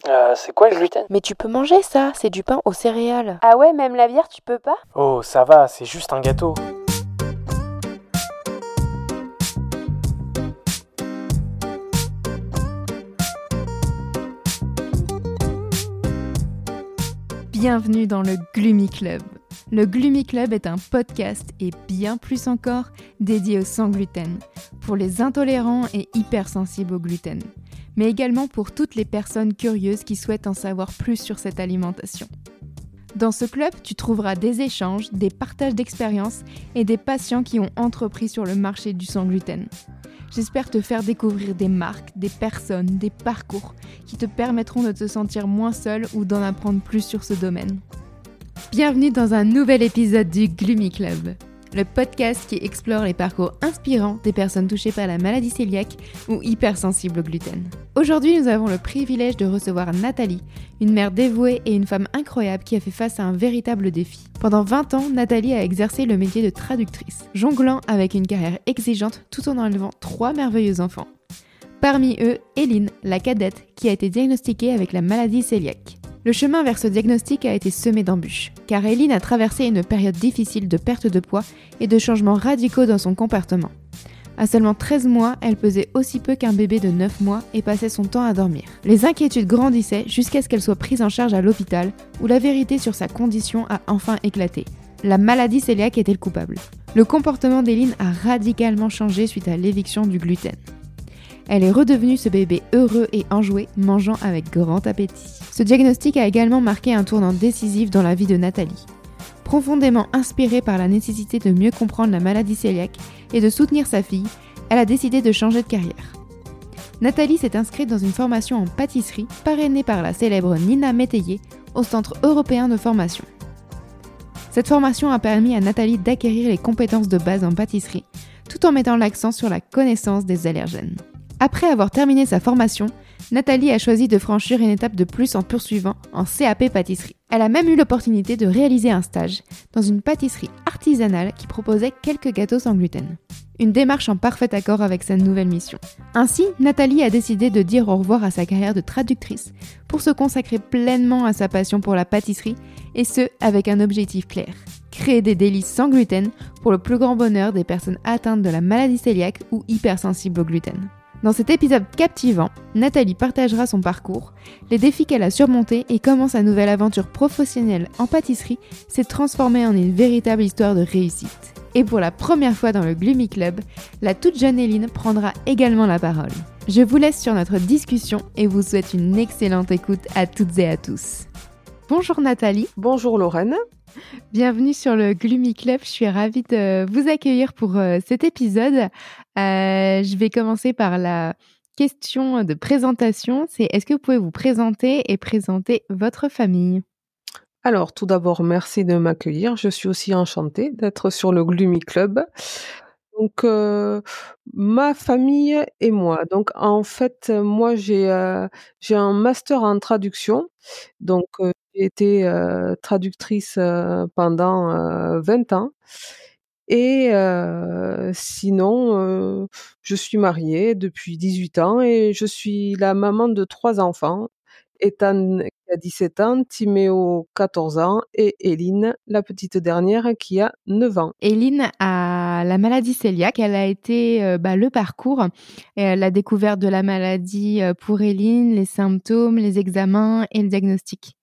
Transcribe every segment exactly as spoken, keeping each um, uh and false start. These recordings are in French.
Euh, c'est quoi le gluten? Mais tu peux manger ça, c'est du pain aux céréales. Ah ouais, même la bière, tu peux pas? Oh, ça va, c'est juste un gâteau. Bienvenue dans le Gloomy Club. Le Gloomy Club est un podcast et bien plus encore dédié au sans gluten, pour les intolérants et hypersensibles au gluten, mais également pour toutes les personnes curieuses qui souhaitent en savoir plus sur cette alimentation. Dans ce club, tu trouveras des échanges, des partages d'expériences et des patients qui ont entrepris sur le marché du sans gluten. J'espère te faire découvrir des marques, des personnes, des parcours qui te permettront de te sentir moins seul ou d'en apprendre plus sur ce domaine. Bienvenue dans un nouvel épisode du Gloomy Club, le podcast qui explore les parcours inspirants des personnes touchées par la maladie cœliaque ou hypersensibles au gluten. Aujourd'hui, nous avons le privilège de recevoir Nathalie, une mère dévouée et une femme incroyable qui a fait face à un véritable défi. Pendant vingt ans, Nathalie a exercé le métier de traductrice, jonglant avec une carrière exigeante tout en élevant trois merveilleux enfants. Parmi eux, Éline, la cadette, qui a été diagnostiquée avec la maladie cœliaque. Le chemin vers ce diagnostic a été semé d'embûches, car Éline a traversé une période difficile de perte de poids et de changements radicaux dans son comportement. À seulement treize mois, elle pesait aussi peu qu'un bébé de neuf mois et passait son temps à dormir. Les inquiétudes grandissaient jusqu'à ce qu'elle soit prise en charge à l'hôpital, où la vérité sur sa condition a enfin éclaté. La maladie cœliaque était le coupable. Le comportement d'Éline a radicalement changé suite à l'éviction du gluten. Elle est redevenue ce bébé heureux et enjoué, mangeant avec grand appétit. Ce diagnostic a également marqué un tournant décisif dans la vie de Nathalie. Profondément inspirée par la nécessité de mieux comprendre la maladie cœliaque et de soutenir sa fille, elle a décidé de changer de carrière. Nathalie s'est inscrite dans une formation en pâtisserie parrainée par la célèbre Nina Métayer au Centre européen de formation. Cette formation a permis à Nathalie d'acquérir les compétences de base en pâtisserie, tout en mettant l'accent sur la connaissance des allergènes. Après avoir terminé sa formation, Nathalie a choisi de franchir une étape de plus en poursuivant en C A P pâtisserie. Elle a même eu l'opportunité de réaliser un stage dans une pâtisserie artisanale qui proposait quelques gâteaux sans gluten. Une démarche en parfait accord avec sa nouvelle mission. Ainsi, Nathalie a décidé de dire au revoir à sa carrière de traductrice pour se consacrer pleinement à sa passion pour la pâtisserie, et ce, avec un objectif clair: créer des délices sans gluten pour le plus grand bonheur des personnes atteintes de la maladie cœliaque ou hypersensibles au gluten. Dans cet épisode captivant, Nathalie partagera son parcours, les défis qu'elle a surmontés et comment sa nouvelle aventure professionnelle en pâtisserie s'est transformée en une véritable histoire de réussite. Et pour la première fois dans le Gloomy Club, la toute jeune Éline prendra également la parole. Je vous laisse sur notre discussion et vous souhaite une excellente écoute à toutes et à tous. Bonjour Nathalie. Bonjour Lorraine. Bienvenue sur le Gloomy Club, je suis ravie de vous accueillir pour euh, cet épisode. Euh, je vais commencer par la question de présentation, c'est est-ce que vous pouvez vous présenter et présenter votre famille ? Alors tout d'abord, merci de m'accueillir, je suis aussi enchantée d'être sur le Gloomy Club. Donc euh, ma famille et moi, donc en fait moi j'ai, euh, j'ai un master en traduction, donc euh, j'ai été euh, traductrice euh, pendant euh, vingt ans. Et euh, sinon, euh, je suis mariée depuis dix-huit ans et je suis la maman de trois enfants, Ethan qui a dix-sept ans, Timéo quatorze ans et Éline, la petite dernière, qui a neuf ans. Éline a la maladie cœliaque, elle a été euh, bah, le parcours, et la découverte de la maladie euh, pour Éline, les symptômes, les examens et le diagnostic.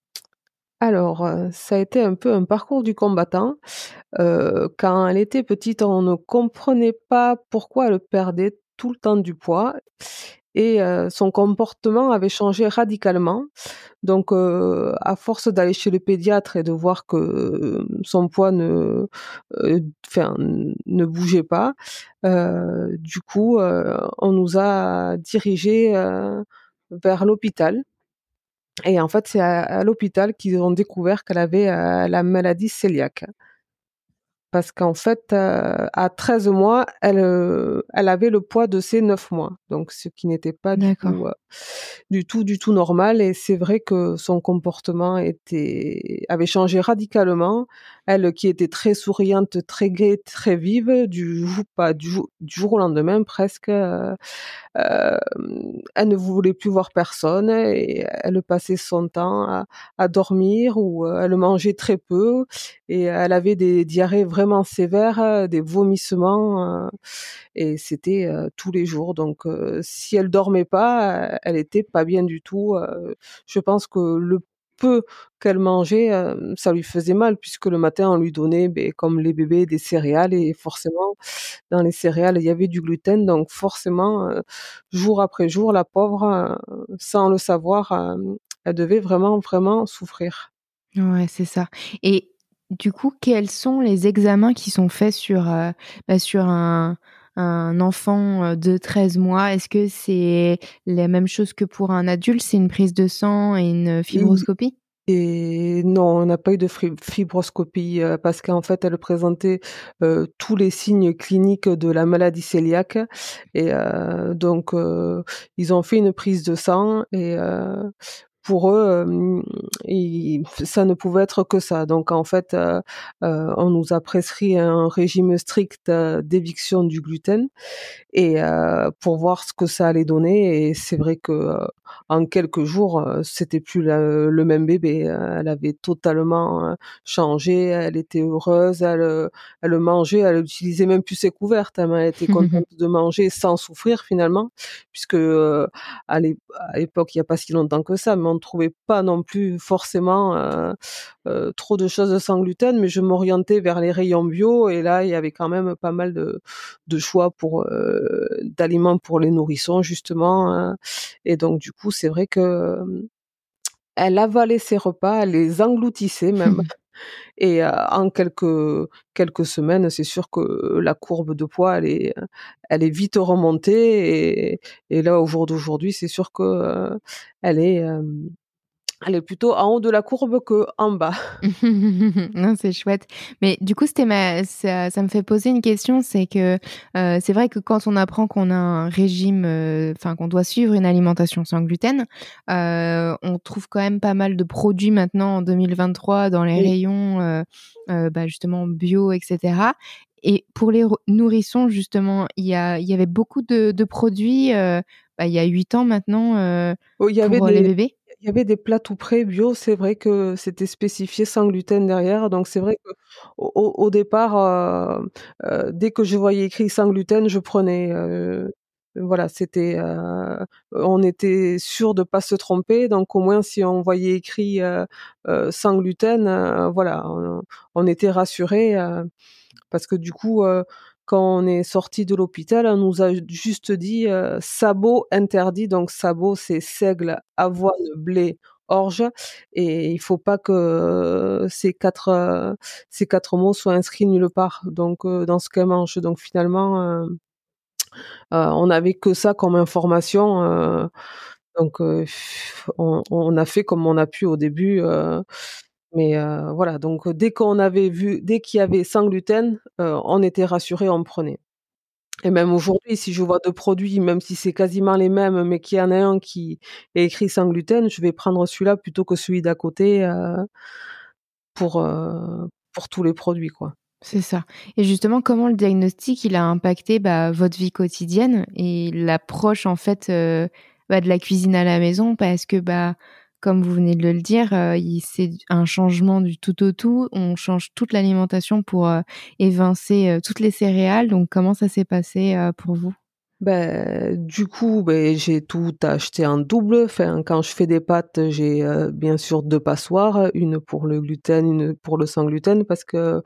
Alors, euh, ça a été un peu un parcours du combattant. Euh, quand elle était petite, on ne comprenait pas pourquoi elle perdait tout le temps du poids et euh, son comportement avait changé radicalement. Donc, euh, à force d'aller chez le pédiatre et de voir que euh, son poids ne, euh, enfin, ne bougeait pas, euh, du coup, euh, on nous a dirigés euh, vers l'hôpital. Et en fait, c'est à, à l'hôpital qu'ils ont découvert qu'elle avait euh, la maladie cœliaque. parce qu'en fait, heu, à treize mois, elle, heu, elle avait le poids de ses neuf mois, donc ce qui n'était pas du D'accord. tout, heu, du tout, du tout normal et c'est vrai que son comportement était avait changé radicalement. Elle qui était très souriante, très gaie, très vive, du jou pas du jour du jour au lendemain presque, heu, hem, elle ne voulait plus voir personne et elle passait son temps à à dormir ou, heu, elle mangeait très peu et elle avait des diarrhées vraiment sévères, heu, des vomissements, heu et c'était, heu, tous les jours donc heu, si elle dormait pas, heu, elle était pas bien du tout, heu, je pense que le peu qu'elle mangeait, hem, ça lui faisait mal puisque le matin on lui donnait, beh, comme les bébés, des céréales et forcément dans les céréales, il y avait du gluten donc forcément, heu, jour après jour, la pauvre, heu, sans le savoir, hem, elle devait vraiment, vraiment souffrir. Ouais, c'est ça et du coup, quels sont les examens qui sont faits sur, heu, bah, sur un un enfant, heu, de treize mois? Est-ce que c'est la même chose que pour un adulte? C'est une prise de sang et une Oui fibroscopie? et non, on n'a pas eu de fri fibroscopie, heu, parce qu'en fait, elle présentait, heu, tous les signes cliniques de la maladie cœliaque et heu, donc heu, ils ont fait une prise de sang et heu, pour eux, hem, ils ça ne pouvait être que ça. Donc en fait, heu heu, on nous a prescrit un régime strict, heu, d'éviction du gluten et heu, pour voir ce que ça allait donner et c'est vrai que, heu, en quelques jours, heu, c'était plus le le même bébé, heu, elle avait totalement, heu, changé, elle était heureuse, elle, heu, elle mangeait, elle utilisait même plus ses couverts tellement elle était contente de manger sans souffrir finalement. Puisque, heu, à l'ép à l'époque, il y a pas si longtemps que ça, mais on ne trouvait pas non plus forcément, heu heu, trop de choses sans gluten, mais je m'orientais vers les rayons bio et là, il y avait quand même pas mal de de choix pour, heu, d'aliments pour les nourrissons justement, heu et donc du coup, c'est vrai que, hem, elle avalait ses repas, elle les engloutissait même et heu, en quelques quelques semaines, c'est sûr que la courbe de poids, elle est, heu, elle est vite remontée et et là, au jour d'aujourd'hui, c'est sûr que, heu, elle est, hem, elle est plutôt en haut de la courbe qu'en bas. Non, c'est chouette. Mais du coup, c'était ma ça ça me fait poser une question, c'est que, heu, c'est vrai que quand on apprend qu'on a un régime, heu, enfin qu'on doit suivre une alimentation sans gluten, heu, on trouve quand même pas mal de produits maintenant en deux mille vingt-trois dans les Oui. rayons, heu heu, bah, justement bio et cetera et pour les ro nourrissons justement, il y a il y avait beaucoup de de produits, heu, bah, il y a huit ans maintenant, heu, Oh, il y avait pour, heu, les des bébés? il y avait des plats tout prêts bio, c'est vrai que c'était spécifié sans gluten derrière, donc c'est vrai qu'au au au départ, heu heu, dès que je voyais écrit sans gluten, je prenais, heu, voilà, c'était, heu, on était sûr de pas se tromper, donc au moins si on voyait écrit, heu heu, sans gluten, heu, voilà, on on était rassurés, heu, parce que du coup, heu, quand on est sortis de l'hôpital, on nous a juste dit, heu: «Sabot interdit», donc sabot, c'est seigle, avoine, blé, orge et il faut pas que ces quatre, heu, ces quatre mots soient inscrits nulle part, donc heu, dans ce qu'elle mange, donc finalement, heu heu, on n'avait que ça comme information, heu, donc heu, on on a fait comme on a pu au début, heu, mais heu, voilà, donc dès qu'on avait vu dès qu'il y avait sans gluten, heu, on était rassurés, on prenait. Et même aujourd'hui, si je vois deux produits, même si c'est quasiment les mêmes, mais qu'il y en a un qui est écrit sans gluten, je vais prendre celui-là plutôt que celui d'à côté, heu, pour, heu, pour tous les produits, quoi. C'est ça et justement, comment le diagnostic, il a impacté, bah, votre vie quotidienne et l'approche, en fait, heu, bah, de la cuisine à la maison? Parce que, bah, comme vous venez de le dire, heu, il c'est un changement du tout au tout. On change toute l'alimentation pour, heu, évincer, heu, toutes les céréales. Donc comment ça s'est passé, heu, pour vous? Beh, du coup, beh, j'ai tout acheté en double. Enfin, quand je fais des pâtes, j'ai, heu, bien sûr deux passoires, une pour le gluten, une pour le sans gluten parce que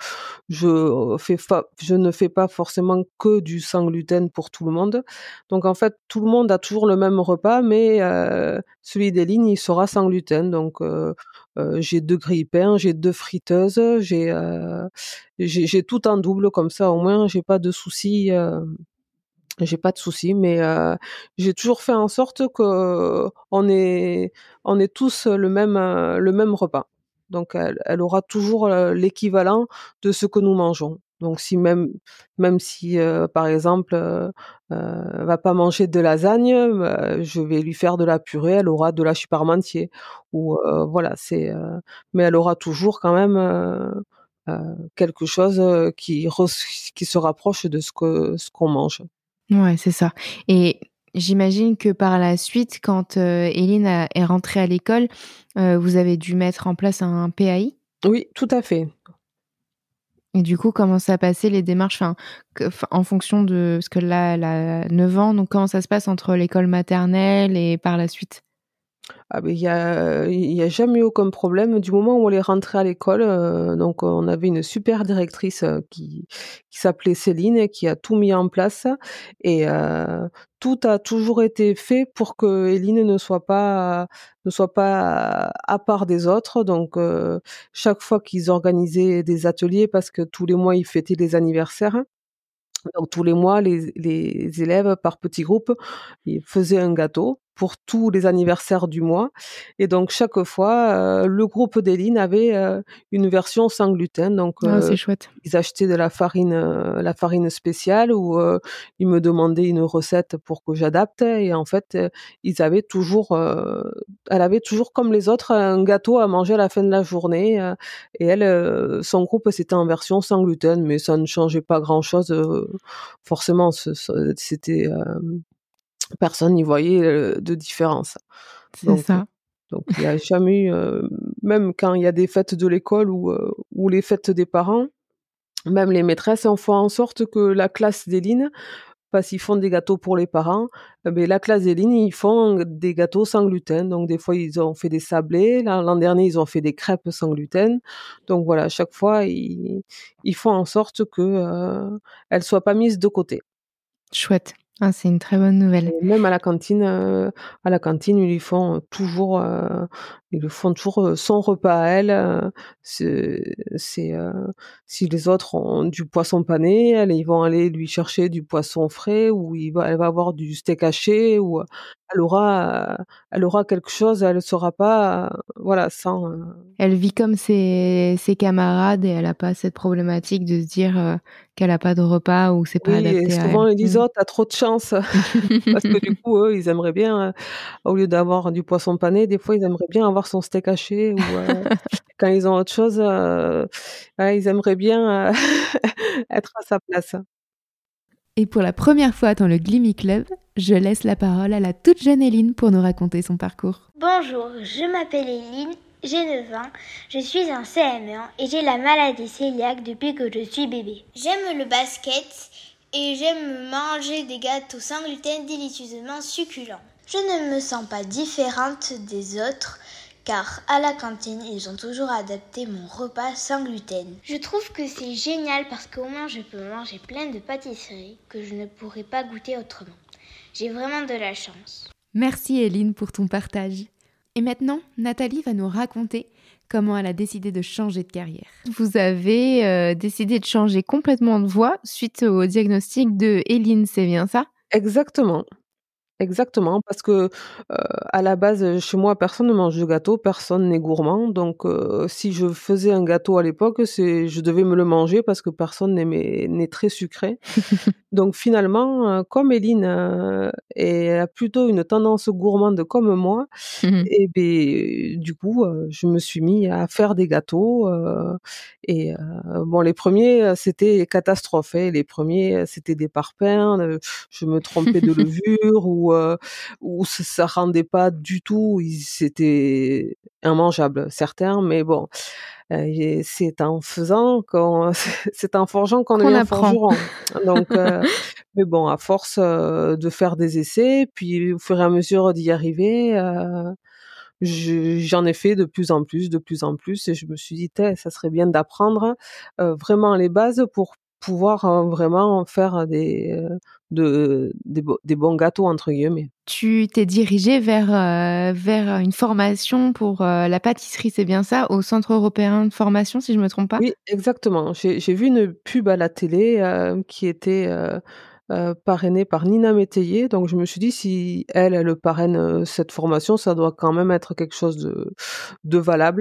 je fais fa je ne fais pas forcément que du sans gluten pour tout le monde. Donc en fait, tout le monde a toujours le même repas, mais heu, celui des lignes, il sera sans gluten. Donc heu heu, j'ai deux grille-pains, j'ai deux friteuses, j'ai, heu, j'ai j'ai tout en double comme ça, au moins, j'ai pas de soucis, hem j'ai pas de soucis, mais heu, j'ai toujours fait en sorte qu'on ait on ait tous le même, heu, le même repas. Donc elle elle aura toujours, heu, l'équivalent de ce que nous mangeons. Donc si même même si, heu, par exemple, heu heu, elle va pas manger de lasagne, bah, je vais lui faire de la purée, elle aura de l'hachis parmentier ou heu, voilà, c'est, heu mais elle aura toujours quand même, heu heu, quelque chose, heu, qui res qui se rapproche de ce que ce qu'on mange. Ouais, c'est ça et j'imagine que par la suite, quand, heu, Éline a est rentrée à l'école, heu, vous avez dû mettre en place un P A I? Oui, tout à fait. Et du coup, comment ça passait les démarches? Enfin, que enfin, en fonction de parce que là, elle a neuf ans, donc comment ça se passe entre l'école maternelle et par la suite? Ah beh, il y a il y a jamais eu aucun problème du moment où elle est rentrée à l'école, heu, donc on avait une super directrice, heu, qui qui s'appelait Céline et qui a tout mis en place et heu, tout a toujours été fait pour que Éline ne soit pas ne soit pas à part des autres donc heu, chaque fois qu'ils organisaient des ateliers parce que tous les mois, ils fêtaient les anniversaires. Donc tous les mois, les les élèves, par petits groupes, ils faisaient un gâteau pour tous les anniversaires du mois et donc chaque fois, heu, le groupe d'Éline avait, heu, une version sans gluten. Donc Ah, heu, c'est chouette. ils achetaient de la farine, heu, la farine spéciale ou heu, ils me demandaient une recette pour que j'adapte et en fait, heu, ils avaient toujours, heu, elle avait toujours comme les autres un gâteau à manger à la fin de la journée, heu et elle, heu, son groupe, c'était en version sans gluten mais ça ne changeait pas grand-chose, heu, forcément ce ce c'était, hem, personne n'y voyait, heu, de différence. C'est Donc ça. donc il y a jamais eu, heu, même quand il y a des fêtes de l'école ou heu, ou les fêtes des parents, même les maîtresses en font en sorte que la classe d'Éline, parce qu'ils font des gâteaux pour les parents, et beh, la classe d'Éline, ils font des gâteaux sans gluten. Donc des fois, ils ont fait des sablés. L'an l'an dernier, ils ont fait des crêpes sans gluten. Donc voilà, à chaque fois, ils ils font en sorte que, heu, elles soient pas mises de côté. Chouette. Ah, c'est une très bonne nouvelle. Et même à la cantine, heu, à la cantine, ils lui font, heu, toujours, heu, ils lui font toujours, heu, son repas à elle, heu, c'est c'est, heu, si les autres ont du poisson pané, elles, ils vont aller lui chercher du poisson frais ou il va elle va avoir du steak haché ou, heu, elle aura, heu, elle aura quelque chose, elle sera pas, heu, voilà, sans, heu Elle vit comme ses ses camarades et elle a pas cette problématique de se dire, heu, qu'elle a pas de repas ou que c'est pas oui et adapté à elle. souvent ils disent: Mmh. «Oh, tu as trop de chance!» parce que du coup, eux, ils aimeraient bien, heu, au lieu d'avoir du poisson pané, des fois, ils aimeraient bien avoir son steak haché ou, heu, quand ils ont autre chose, heu, ouais, ils aimeraient bien, heu, être à sa place. Et pour la première fois dans le Glimmy Club, je laisse la parole à la toute jeune Éline pour nous raconter son parcours. Bonjour, je m'appelle Éline, j'ai neuf ans, je suis en C M un et j'ai la maladie cœliaque depuis que je suis bébé. J'aime le basket et j'aime manger des gâteaux sans gluten délicieusement succulents. Je ne me sens pas différente des autres car à la cantine, ils ont toujours adapté mon repas sans gluten. Je trouve que c'est génial parce qu'au moins je peux manger plein de pâtisseries que je ne pourrais pas goûter autrement. J'ai vraiment de la chance. Merci Éline pour ton partage. Et maintenant, Nathalie va nous raconter comment elle a décidé de changer de carrière. Vous avez euh, décidé de changer complètement de voie suite au diagnostic de Éline, c'est bien ça? Exactement. Exactement, parce que, heu, à la base, heu, chez moi, personne ne mange de gâteau, personne n'est gourmand, donc heu, si je faisais un gâteau à l'époque, c'est je devais me le manger parce que personne n'aimait n'est très sucré. Donc finalement, heu, comme Éline, heu, est a plutôt une tendance gourmande comme moi et beh, du coup, heu, je me suis mis à faire des gâteaux, heu et heu, bon les premiers ers c'était catastrophe, hein. Les premiers ers c'était des parpaings, heu, je me trompais de levure ou heu, ou ç ça rendait pas du tout, ils c'était immangeable certains, mais bon, heu et c'est en faisant qu'on c'est en forgeant qu'on Qu'on devient apprend. forgeron. Donc heu, mais bon, à force, heu, de faire des essais, puis au fur et à mesure d'y arriver, heu, je j'en ai fait de plus en plus, de plus en plus et je me suis dit: «Tiens, ça serait bien d'apprendre, heu, vraiment les bases pour pouvoir, heu, vraiment faire des, heu, de des bo des bons gâteaux» entre guillemets. Tu t'es dirigée vers, heu, vers une formation pour, heu, la pâtisserie, c'est bien ça? Au Centre européen de formation, si je me trompe pas? Oui, exactement. J'ai j'ai vu une pub à la télé, heu, qui était, heu heu, parrainée par Nina Métayer, donc je me suis dit: «Si elle, elle parraine, heu, cette formation, ça doit quand même être quelque chose de de valable».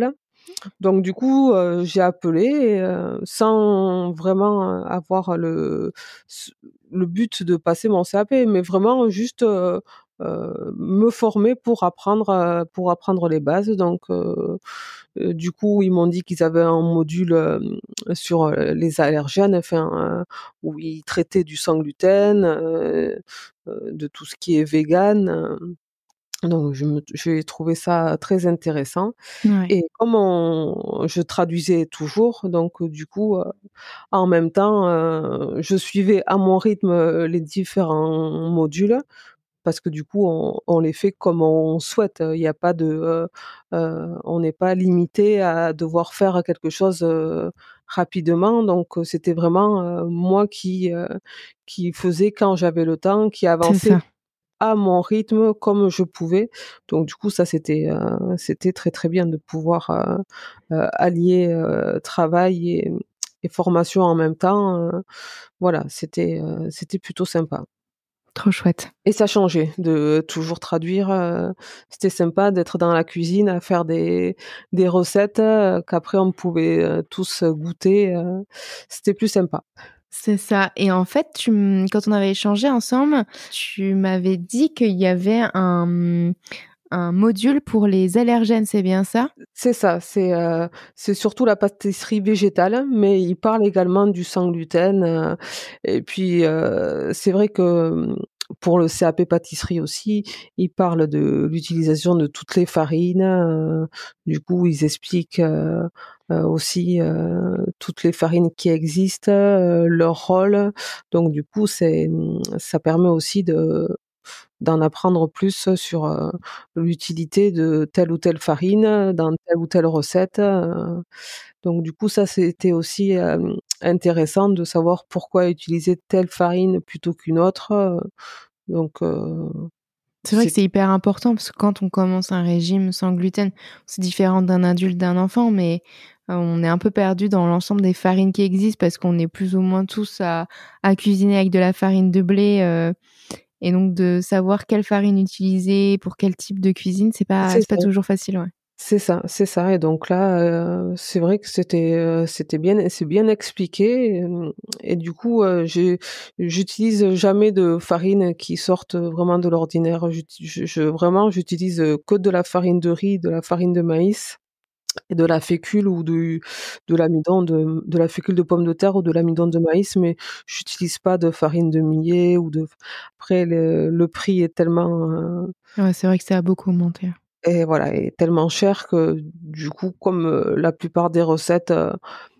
Donc du coup, heu, j'ai appelé, heu, sans vraiment avoir le ce le but de passer mon C A P, mais vraiment juste, heu heu, me former pour apprendre, heu, pour apprendre les bases. Donc heu heu, du coup, ils m'ont dit qu'ils avaient un module, hem, sur, heu, les allergènes, enfin, heu, où ils traitaient du sans gluten, heu heu, de tout ce qui est végan, hem, donc je me j'ai trouvé ça très intéressant. Ouais. Et comme on je traduisais toujours, donc heu, du coup, heu, en même temps, heu, je suivais à mon rythme, heu, les différents modules parce que du coup, on on les fait comme on souhaite. Il y a pas de, heu heu, on n'est pas limité à devoir faire quelque chose, heu, rapidement. Donc heu, c'était vraiment, heu, moi qui, heu, qui faisais quand j'avais le temps, qui C'est avançait ça. à mon rythme comme je pouvais. Donc du coup, ça c'était, heu, c'était très, très bien de pouvoir, heu heu, allier, heu, travail et et formation en même temps, heu, voilà, c'était, heu, c'était plutôt sympa. Trop chouette. Et ça changeait de toujours traduire, heu, c'était sympa d'être dans la cuisine à faire des des recettes, heu, qu'après on pouvait, heu, tous goûter, heu, c'était plus sympa. C'est ça et en fait, tu m quand on avait échangé ensemble, tu m'avais dit qu'il y avait un, mmh, un module pour les allergènes, c'est bien ça? C'est ça, c'est, heu, c'est surtout la pâtisserie végétale, mais il parle également du sans gluten, heu et puis, heu, c'est vrai que, mmh, pour le C A P pâtisserie aussi, il parle de l'utilisation de toutes les farines, heu, du coup, ils expliquent, heu heu, aussi, heu, toutes les farines qui existent, heu, leur rôle. Donc du coup, c'est, mmh, ça permet aussi de d'en apprendre plus sur, heu, l'utilité de telle ou telle farine, dans telle ou telle recette, heu, donc du coup ça c'était aussi, hem, intéressant de savoir pourquoi utiliser telle farine plutôt qu'une autre, heu, donc heu, C'est vrai que c'est c'est hyper important parce que quand on commence un régime sans gluten, c'est différent d'un adulte, d'un enfant, mais heu, on est un peu perdu dans l'ensemble des farines qui existent parce qu'on est plus ou moins tous à à cuisiner avec de la farine de blé, heu et donc de savoir quelle farine utiliser pour quel type de cuisine, c'est pas c'est c'est pas ça. toujours facile, ouais. C'est ça, c'est ça et donc là, heu, c'est vrai que c'était, heu, c'était bien c'est bien expliqué, hem et du coup, heu, j'ai j'utilise jamais de farine qui sortent vraiment de l'ordinaire. J'uti je je vraiment, j'utilise, heu, que de la farine de riz, de la farine de maïs et de la fécule ou du de l'amidon de de la fécule de pomme de terre ou de l'amidon de maïs, mais j'utilise pas de farine de millet ou de après le le prix est tellement, heu Ouais, c'est vrai que ça a beaucoup augmenté. et voilà, est tellement cher que du coup, comme, heu, la plupart des recettes, heu,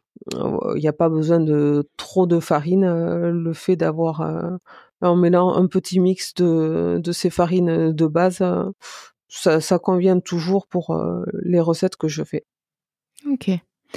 il y a pas besoin de trop de farine, heu, le fait d'avoir, heu, un mélan un petit mix de de ces farines, de base, heu, ça ça convient toujours pour, heu, les recettes que je fais. OK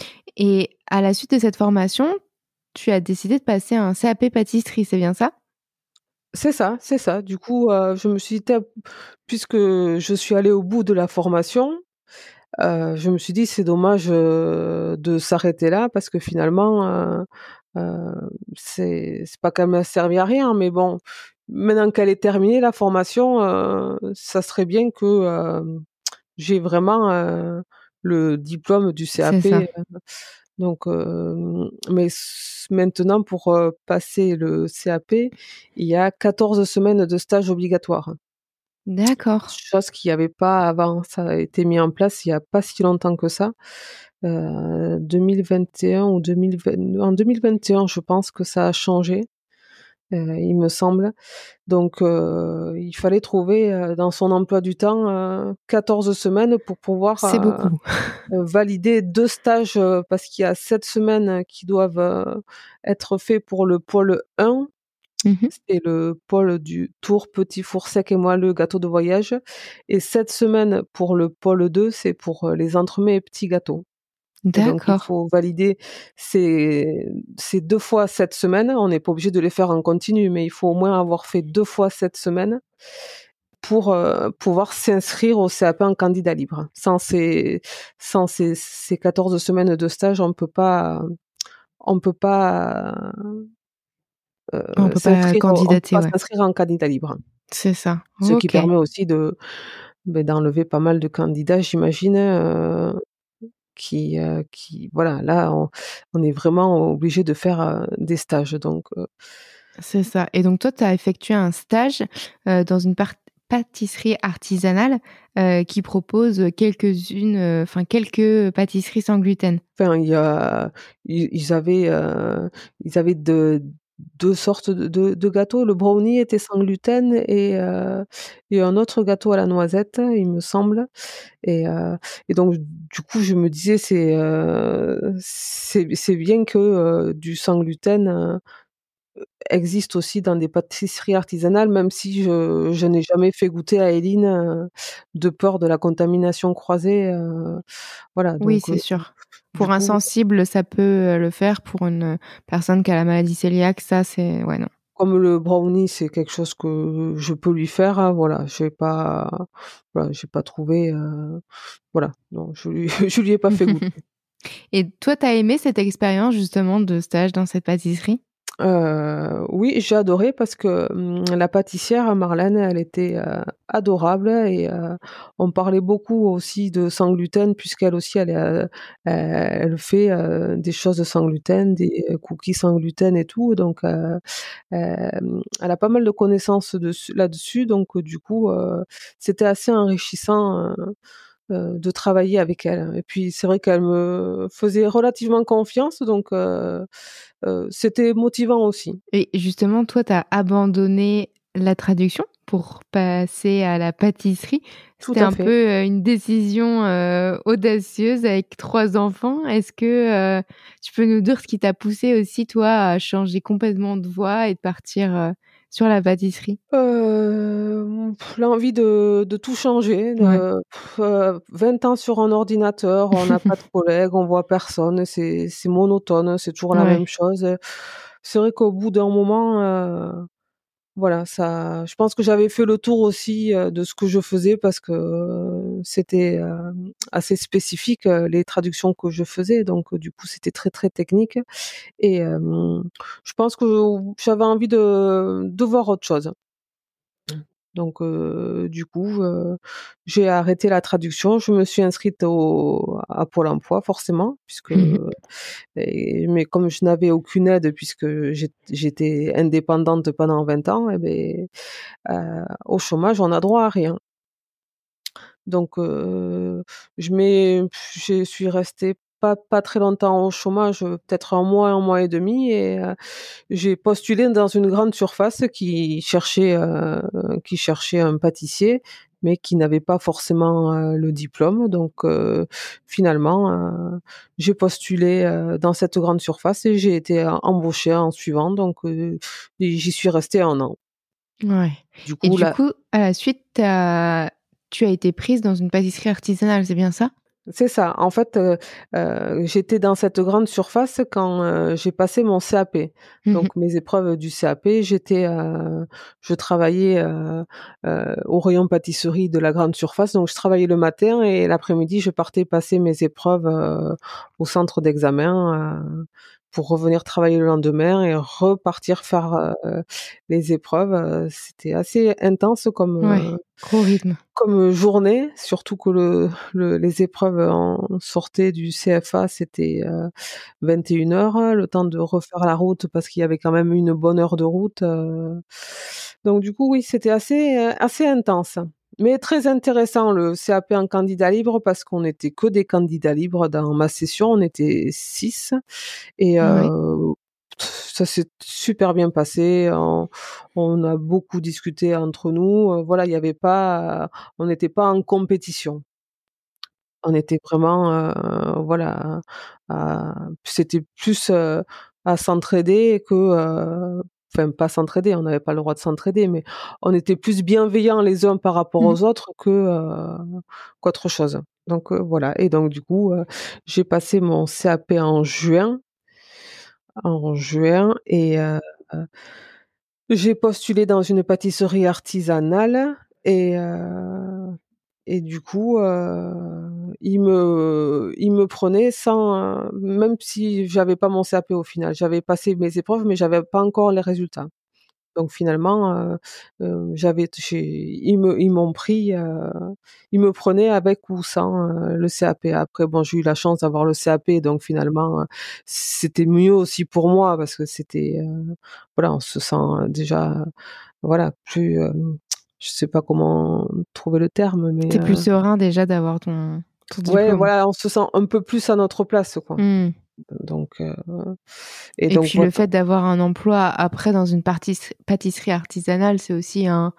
et à la suite de cette formation, tu as décidé de passer un C A P pâtisserie, c'est bien ça? C'est ça, c'est ça. Du coup, heu, je me suis dit: «Tiens, puisque je suis allée au bout de la formation», Heu, je me suis dit: «C'est dommage, heu, de s'arrêter là parce que finalement, heu heu, c'est c'est pas qu'elle m'a servi à rien, mais bon, maintenant qu'elle est terminée la formation, heu, ça serait bien que, hem, j'ai vraiment, heu, le diplôme du C'est ça. C A P», heu, donc hem, mais s maintenant pour, heu, passer le C A P, il y a quatorze semaines de stage obligatoire. D'accord. Chose qu'il y avait pas avant, ça a été mis en place il y a pas si longtemps que ça, heu, deux mille vingt et un ou deux mille vingt en deux mille vingt et un je pense que ça a changé, heu, il me semble. Donc heu, il fallait trouver, heu, dans son emploi du temps, heu, quatorze semaines pour pouvoir, C'est heu beaucoup. heu, valider deux stages, heu, parce qu'il y a sept semaines qui doivent, heu, être faits pour le pôle un. Mmh. C'est le pôle du tour petit four sec et moelleux gâteau de voyage et cette semaine pour le pôle deux, c'est pour, heu, les entremets et petits gâteaux et donc il D'accord. faut valider ces ces deux fois cette semaine. On n'est pas obligé de les faire en continu, mais il faut au moins avoir fait deux fois cette semaine pour, heu, pouvoir s'inscrire au C A P en candidat libre. Sans ces sans ces ces quatorze semaines de stage, on peut pas on peut pas On heu, peut pas s'inscrire on peut candidater, pas ouais. s'inscrire en candidat libre. C'est ça. Ce qui OK. permet aussi de, beh, d'enlever pas mal de candidats, j'imagine, heu, qui, heu, qui voilà, là, on on est vraiment obligé de faire, heu, des stages donc heu C'est ça et donc toi, tu as effectué un stage, heu, dans une part pâtisserie artisanale, heu, qui propose, quelques-unes, heu, enfin quelques pâtisseries sans gluten? Enfin, il y a ils ils avaient, heu, ils avaient de deux sortes de de de gâteaux. Le brownie était sans gluten et heu et un autre gâteau à la noisette, il me semble et heu et donc du coup, je me disais: «C'est, heu, c'est c'est bien que, heu, du sans gluten, heu, existe aussi dans des pâtisseries artisanales», même si je je n'ai jamais fait goûter à Éline, heu, de peur de la contamination croisée, heu, voilà Oui, donc c'est heu, sûr. du Pour un coup sensible, ça peut, heu, le faire. Pour une, personne qui a la maladie cœliaque, ça, c'est ouais, non. Comme le brownie, c'est quelque chose que je peux lui faire, hein, voilà, j'ai pas voilà, j'ai pas trouvé, heu, voilà, non, je lui je lui ai pas fait goûter. Et toi, tu as aimé cette expérience justement de stage dans cette pâtisserie? Heu, oui, j'ai adoré parce que, mmh, la pâtissière, Marlène, elle était, heu, adorable et heu, on parlait beaucoup aussi de sans gluten puisqu'elle aussi elle est, heu, elle fait, heu, des choses sans gluten, des cookies sans gluten et tout donc heu, hem, elle a pas mal de connaissances dessus là-dessus donc heu, du coup, heu, c'était assez enrichissant, heu heu, de travailler avec elle et puis c'est vrai qu'elle me faisait relativement confiance donc heu heu, c'était motivant aussi. Et justement, toi, tu as abandonné la traduction pour passer à la pâtisserie. Tout C'était à un fait. peu, heu, une décision, heu, audacieuse avec trois enfants. Est-ce que, heu, tu peux nous dire ce qui t'a poussé aussi, toi, à changer complètement de voie et de partir, heu, sur la pâtisserie? Hem, l'envie de de tout changer, Ouais. de heu, vingt ans sur un ordinateur, on n'a pas de collègues, on voit personne, c'est c'est monotone, c'est toujours la Ouais. même chose, c'est vrai qu'au bout d'un moment, heu, voilà, ça je pense que j'avais fait le tour aussi, heu, de ce que je faisais parce que, heu, c'était, hem, assez spécifique, heu, les traductions que je faisais donc heu, du coup, c'était très, très technique et hem, je pense que j'avais envie de de voir autre chose. Donc heu, du coup, heu, j'ai arrêté la traduction. Je me suis inscrite au à Pôle emploi forcément puisque et mais comme je n'avais aucune aide puisque j'ét j'étais indépendante pendant vingt ans et beh, heu, au chômage, on n'a droit à rien. Donc heu, je mets je suis restée pas pas très longtemps au chômage, heu, peut-être un mois, un mois et demi et heu, j'ai postulé dans une grande surface qui cherchait, heu, qui cherchait un pâtissier, mais qui n'avait pas forcément, heu, le diplôme. Donc heu, finalement, heu, j'ai postulé, heu, dans cette grande surface et j'ai été em embauchée en suivant donc heu, et j'y suis restée un an. Ouais Du et coup du là coup, à la suite, tu as tu as été prise dans une pâtisserie artisanale, c'est bien ça? C'est ça. En fait, heu heu, j'étais dans cette grande surface quand, heu, j'ai passé mon C A P. Mmh mh. Donc mes épreuves du C A P, j'étais, heu, je travaillais, heu heu, au rayon pâtisserie de la grande surface. Donc je travaillais le matin et l'après-midi, je partais passer mes épreuves, heu, au centre d'examen, heu, pour revenir travailler le lendemain et repartir faire, heu, les épreuves, heu, c'était assez intense comme, Ouais, heu gros rythme. comme journée, surtout que le le les épreuves en sortaient du C F A, c'était, heu, vingt et une heures, le temps de refaire la route parce qu'il y avait quand même une bonne heure de route, heu, donc du coup, oui, c'était assez, heu, assez intense, mais très intéressant le C A P en candidat libre parce qu'on était que des candidats libres dans ma session, on était six et Ouais. heu, ça s'est super bien passé. On on a beaucoup discuté entre nous, heu, voilà, il y avait pas on n'était pas en compétition. On était vraiment, heu, voilà, à c'était plus, heu, à s'entraider que, heu enfin pas s'entraider, on n'avait pas le droit de s'entraider, mais on était plus bienveillants les uns par rapport Mmh mh. aux autres que, heu, qu'autre chose. Donc heu, voilà et donc du coup, heu, j'ai passé mon C A P en juin en juin et heu, j'ai postulé dans une pâtisserie artisanale et heu et du coup, heu, ils me ils me prenaient sans, heu même si j'avais pas mon C A P au final. J'avais passé mes épreuves, mais j'avais pas encore les résultats. Donc finalement, heu heu, j'avais j'ai ils me ils m'ont pris, heu, ils me prenaient avec ou sans, heu, le C A P. Après bon, j'ai eu la chance d'avoir le C A P, donc finalement, heu, c'était mieux aussi pour moi parce que c'était, heu, voilà, on se sent, heu, déjà, voilà, plus, hem, je sais pas comment trouver le terme, mais, Tu plus heu, serein déjà d'avoir ton ton ouais, diplôme. voilà, on se sent un peu plus à notre place, quoi. Mmh. Donc, heu et Et donc puis voilà. le fait d'avoir un emploi après dans une partis pâtisserie artisanale, c'est aussi un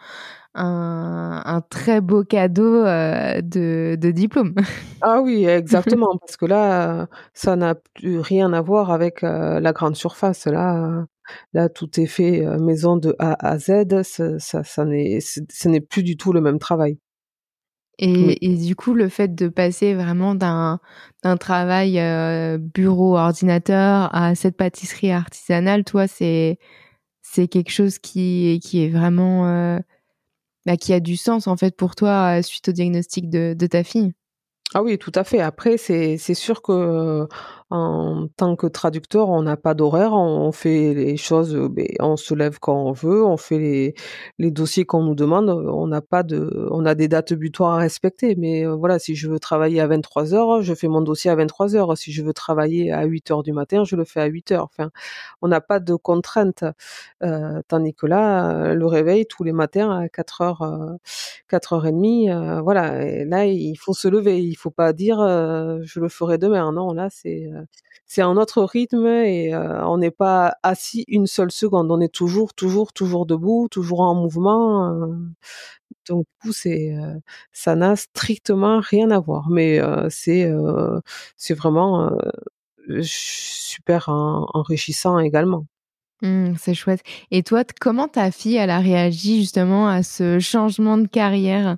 un un très beau cadeau, heu, de de diplôme. Ah oui, exactement, parce que là, heu, ça n'a plus rien à voir avec, heu, la grande surface. Là, heu, là, tout est fait, heu, maison de A à Z, ce ça ça n'est ce ce n'est plus du tout le même travail. Mais Et et du coup, le fait de passer vraiment d'un d'un travail, heu, bureau, ordinateur à cette pâtisserie artisanale, toi, c'est c'est quelque chose qui qui est vraiment, heu, bah, qui a du sens, en fait, pour toi, heu, suite au diagnostic de de ta fille? ah oui, tout à fait. Après, c'est c'est sûr que, heu, en tant que traducteur, on n'a pas d'horaire, on fait les choses, heu, beh, on se lève quand on veut, on fait les les dossiers qu'on nous demande, heu, on n'a pas de on a des dates butoirs à respecter, mais, heu, voilà, si je veux travailler à vingt-trois heures, je fais mon dossier à vingt-trois heures. Si je veux travailler à huit heures du matin, je le fais à huit heures. Enfin, on n'a pas de contraintes, heu, tandis que là, heu, le réveil tous les matins à quatre heures, heu, quatre heures trente, heu, voilà, et là, il faut se lever. Il faut pas dire, heu: «Je le ferai demain». Non, là, c'est, heu, c'est un autre rythme et heu, on n'est pas assis une seule seconde. On est toujours, toujours, toujours debout, toujours en mouvement, heu, donc du coup, c'est, heu, ça n'a strictement rien à voir. Mais heu, c'est, heu, c'est vraiment, heu, super en enrichissant également. Mmh, c'est chouette. Et toi, t comment ta fille, elle a réagi justement à ce changement de carrière?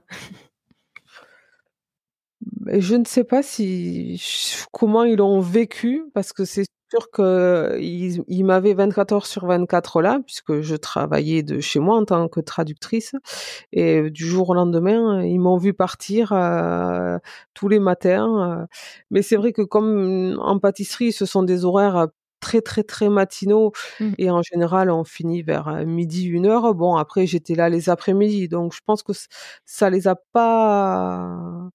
Beh, je ne sais pas si ch comment ils l'ont vécu, parce que c'est sûr qu'ils ils m'avaient vingt-quatre heures sur vingt-quatre là, puisque je travaillais de chez moi en tant que traductrice, et du jour au lendemain, ils m'ont vu partir, heu, tous les matins, heu, mais c'est vrai que comme en pâtisserie, ce sont des horaires, heu, très, très, très matinaux, Mmh. et en général, on finit vers, heu, midi, une heure. Bon, après j'étais là les après-midi, donc je pense que ç ça les a pas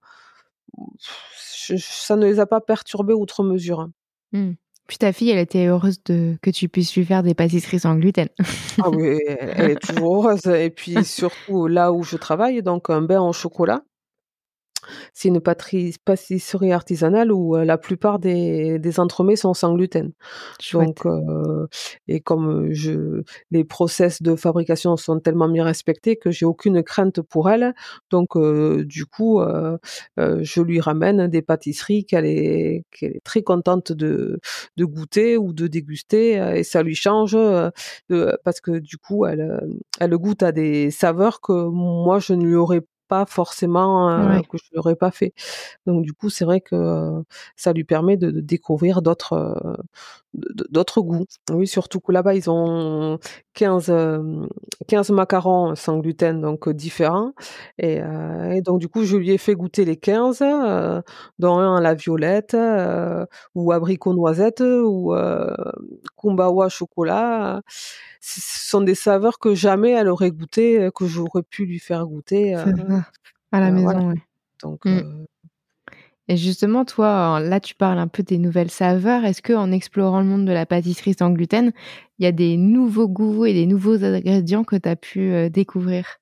je ça ne les a pas perturbés outre mesure, hein. Mmh. Puis ta fille, elle était heureuse de que tu puisses lui faire des pâtisseries sans gluten. Ah oui, elle elle est toujours heureuse, et puis surtout là où je travaille, donc un bain au chocolat. C'est une pâterie pâtisserie artisanale où, heu, la plupart des des entremets sont sans gluten. Donc, Chouette. heu et comme, je les process de fabrication sont tellement bien respectés que j'ai aucune crainte pour elle. Donc, heu, du coup, heu heu, je lui ramène des pâtisseries qu'elle est qu'elle est très contente de de goûter ou de déguster, heu et ça lui change, heu, de parce que du coup, elle, hem, elle goûte à des saveurs que moi je ne lui aurais pas forcément, heu, Ouais. que je lui aurais pas fait. Donc du coup, c'est vrai que, heu, ça lui permet de de découvrir d'autres, heu, d d d'autres goûts. Oui, surtout que là-bas, ils ont quinze, hem, quinze macarons sans gluten, donc, heu, différents, et heu et donc du coup, je lui ai fait goûter les quinze, heu, dont un à la violette, heu, ou abricot noisette, ou, heu, kumbawa chocolat. Ce ce sont des saveurs que jamais elle aurait goûté, heu, que j'aurais pu lui faire goûter, heu C'est ça. À la heu, voilà, maison, ouais. donc, Mmh. heu Et justement, toi, là, tu parles un peu des nouvelles saveurs. Est-ce qu'en explorant le monde de la pâtisserie sans gluten, il y a des nouveaux goûts et des nouveaux ingrédients que tu as pu, heu, découvrir?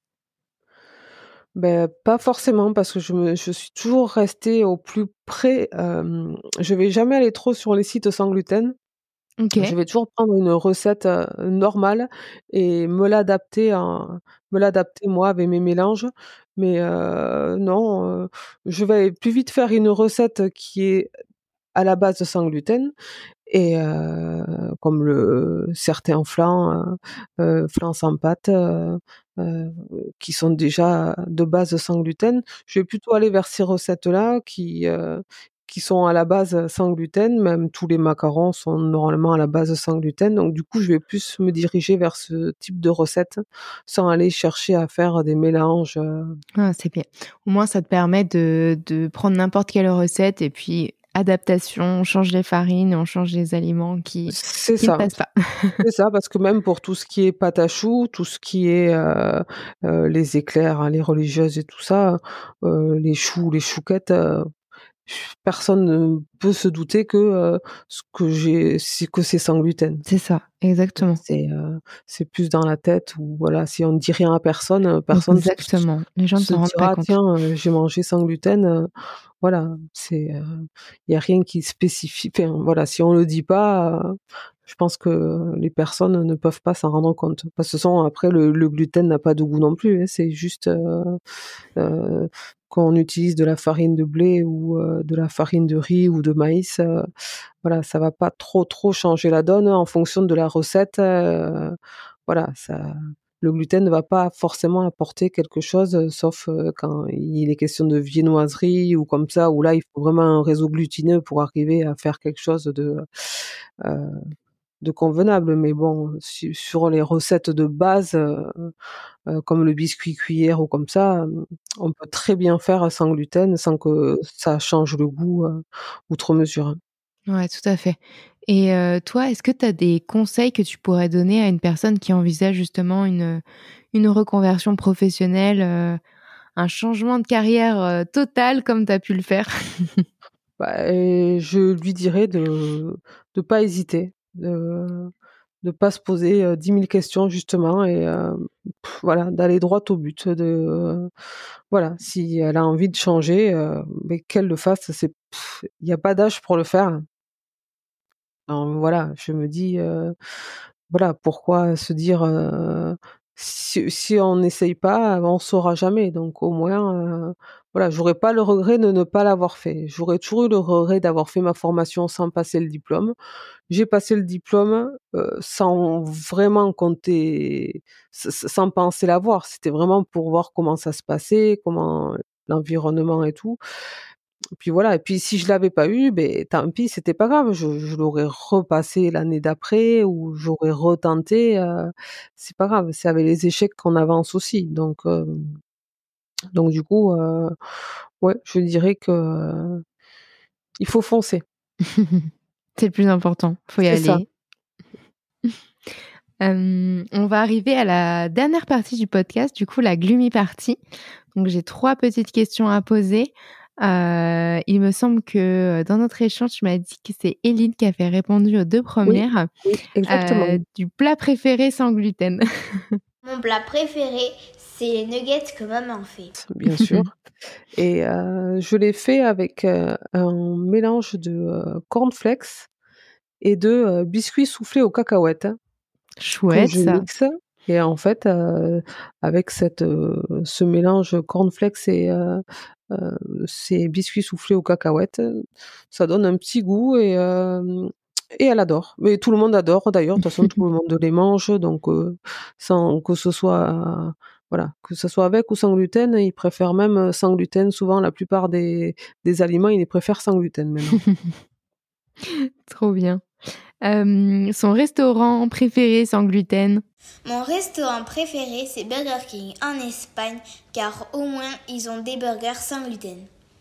Beh, pas forcément, parce que je me je suis toujours restée au plus près, hem, je vais jamais aller trop sur les sites sans gluten. Je OK. vais toujours prendre une recette, heu, normale, et me l'adapter en me l'adapter moi avec mes mélanges. Mais, heu, non, heu, je vais plus vite faire une recette qui est à la base sans gluten, et heu, comme le certains flancs, heu heu, flancs sans pâte, heu heu, qui sont déjà de base sans gluten. Je vais plutôt aller vers ces recettes-là qui, heu, qui sont à la base sans gluten. Même tous les macarons sont normalement à la base sans gluten, donc du coup, je vais plus me diriger vers ce type de recette, sans aller chercher à faire des mélanges, heu Ah, c'est bien. Au moins, ça te permet de de prendre n'importe quelle recette et puis adaptation, on change les farines, on change les aliments qui C'est qui ne ça. passent pas. C'est ça, parce que même pour tout ce qui est pâte à choux, tout ce qui est, heu heu, les éclairs, hein, les religieuses et tout ça, heu, les choux, les chouquettes, heu, personne ne peut se douter que, heu, ce que j'ai c'est que c'est sans gluten. C'est ça, exactement. C'est, heu, c'est plus dans la tête où voilà, si on ne dit rien à personne, heu, personne se Exactement. Les gens ne se s'en rendent pas dira: compte. «Tiens, heu, j'ai mangé sans gluten», heu, voilà, c'est, heu, il y a rien qui spécifie enfin, voilà, si on le dit pas, heu, je pense que les personnes ne peuvent pas s'en rendre compte. Parce que de toute façon, après le le gluten n'a pas de goût non plus, hein, c'est juste, heu heu, quand on utilise de la farine de blé ou, heu, de la farine de riz ou de maïs, heu, voilà, ça va pas trop, trop changer la donne en fonction de la recette, heu, voilà, ça le gluten ne va pas forcément apporter quelque chose, heu, sauf, heu, quand il est question de viennoiserie ou comme ça, où là, il faut vraiment un réseau glutineux pour arriver à faire quelque chose de, heu, de convenable. Mais bon, su sur les recettes de base, heu heu, comme le biscuit cuillère ou comme ça, hem, on peut très bien faire sans gluten, sans que ça change le goût, heu, outre mesure, hein. Ouais, tout à fait. Et heu, toi, est-ce que tu as des conseils que tu pourrais donner à une personne qui envisage justement une, une reconversion professionnelle, heu, un changement de carrière, heu, total comme tu as pu le faire? Bah et je lui dirais de de pas hésiter, de de pas se poser, heu, dix mille questions justement et hem, voilà, d'aller droit au but, de voilà, si elle a envie de changer, heu, beh, qu'elle le fasse, c'est il y a pas d'âge pour le faire. Alors voilà, je me dis, heu, voilà, pourquoi se dire, heu, si si on n'essaye pas, on saura jamais donc au moins, heu, voilà, j'aurais pas le regret de ne pas l'avoir fait. J'aurais toujours eu le regret d'avoir fait ma formation sans passer le diplôme. J'ai passé le diplôme, heu, sans vraiment compter s s sans penser l'avoir. C'était vraiment pour voir comment ça se passait, comment l'environnement et tout. Puis voilà et puis si je l'avais pas eu, beh, tant pis, c'était pas grave, je je l'aurais repassé l'année d'après ou j'aurais retenté, heu, c'est pas grave, c'est avec les échecs qu'on avance aussi donc hem, donc du coup, heu, ouais, je dirais que, heu, il faut foncer. C'est le plus important, faut y C'est ça. aller. Hem, on va arriver à la dernière partie du podcast, du coup la gloomy party. Donc j'ai trois petites questions à poser. Heu, il me semble que, dans notre échange, tu m'as dit que c'est Éline qui avait répondu aux deux Oui, premières. oui, exactement. Heu, du plat préféré sans gluten? Mon plat préféré, c'est les nuggets que maman fait. Bien sûr et heu, je l'ai fait avec, heu, un mélange de, heu, cornflakes et de, heu, biscuits soufflés aux cacahuètes. Que Chouette je ça. mixe et en fait, heu, avec cette, heu, ce mélange cornflakes et heu heu, ces biscuits soufflés aux cacahuètes, ça donne un petit goût et hem et elle adore. Mais tout le monde adore d'ailleurs, de toute façon tout le monde les mange donc heu, sans que ce soit voilà, que ce soit avec ou sans gluten, ils préfèrent même, sans gluten. Souvent la plupart des des aliments, ils les préfèrent sans gluten maintenant. Trop bien. Hem, son restaurant préféré sans gluten? Mon restaurant préféré, c'est Burger King en Espagne, car au moins ils ont des burgers sans gluten.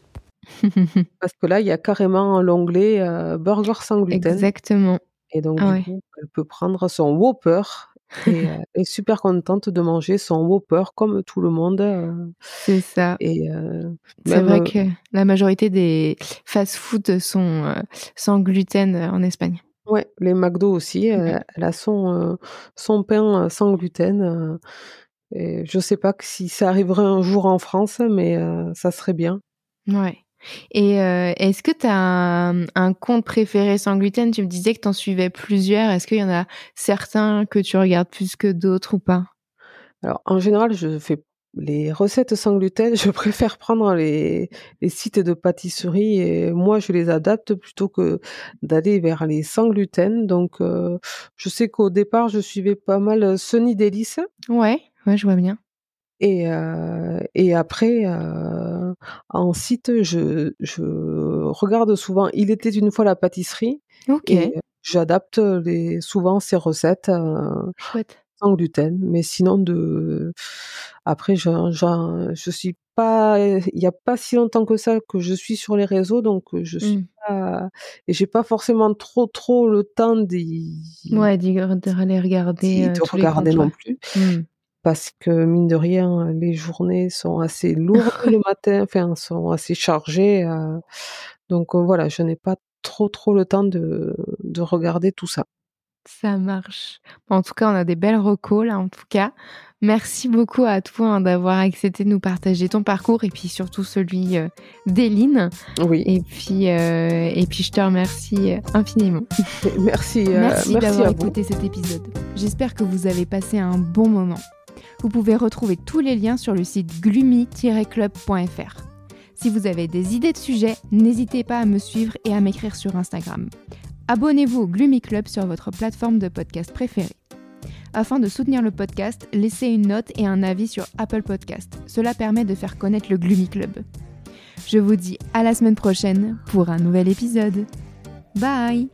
Parce que là, il y a carrément l'onglet, heu, burger sans gluten. Exactement. Et donc Ah du ouais, coup, elle peut prendre son Whopper et heu, est super contente de manger son Whopper comme tout le monde, heu c'est ça. et heu, C'est même, vrai heu que la majorité des fast-food sont, heu, sans gluten, heu, en Espagne. ouais, les McDo aussi, Mmh heu, mh. elle a son, heu, son pain, heu, sans gluten, heu et je sais pas que si ça arriverait un jour en France, mais heu, ça serait bien. Ouais. Et heu, est-ce que tu as un un compte préféré sans gluten? Tu me disais que tu en suivais plusieurs. Est-ce qu'il y en a certains que tu regardes plus que d'autres ou pas? Alors en général, je fais les recettes sans gluten, je préfère prendre les les sites de pâtisserie et moi je les adapte plutôt que d'aller vers les sans gluten donc heu, je sais qu'au départ je suivais pas mal, heu, Sunny Délices Ouais, ouais, je vois bien. et heu et après, heu, en site je je regarde souvent Il était une fois la pâtisserie et OK, j'adapte les souvent ces recettes, heu chouette. sans gluten, mais sinon de après j'en j'en je suis pas il y a pas si longtemps que ça que je suis sur les réseaux, donc je suis Mmh. pas et j'ai pas forcément trop, trop le temps d'y Ouais, d'y de regarder, d'y heu, de tous les regarder comptes, non ouais. plus. Mmh. Parce que mine de rien, les journées sont assez lourdes le matin, enfin sont assez chargées, heu, donc heu, voilà, je n'ai pas trop, trop le temps de de regarder tout ça. Ça marche. En tout cas, on a des belles recos là, en tout cas. Merci beaucoup à toi, hein, d'avoir accepté de nous partager ton parcours et puis surtout celui, heu, d'Eline Oui, et puis, heu et puis je te remercie, heu, infiniment. mais merci, heu, Merci merci d'avoir à vous. écouté cet épisode. J'espère que vous avez passé un bon moment. Vous pouvez retrouver tous les liens sur le site gloomy tiret club point f r. Si vous avez des idées de sujets, n'hésitez pas à me suivre et à m'écrire sur Instagram. Abonnez-vous au Gloomy Club sur votre plateforme de podcast préférée. Afin de soutenir le podcast, laissez une note et un avis sur Apple Podcast. Cela permet de faire connaître le Gloomy Club. Je vous dis à la semaine prochaine pour un nouvel épisode. Bye!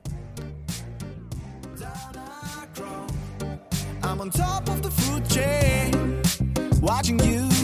I'm on top of the food chain, watching you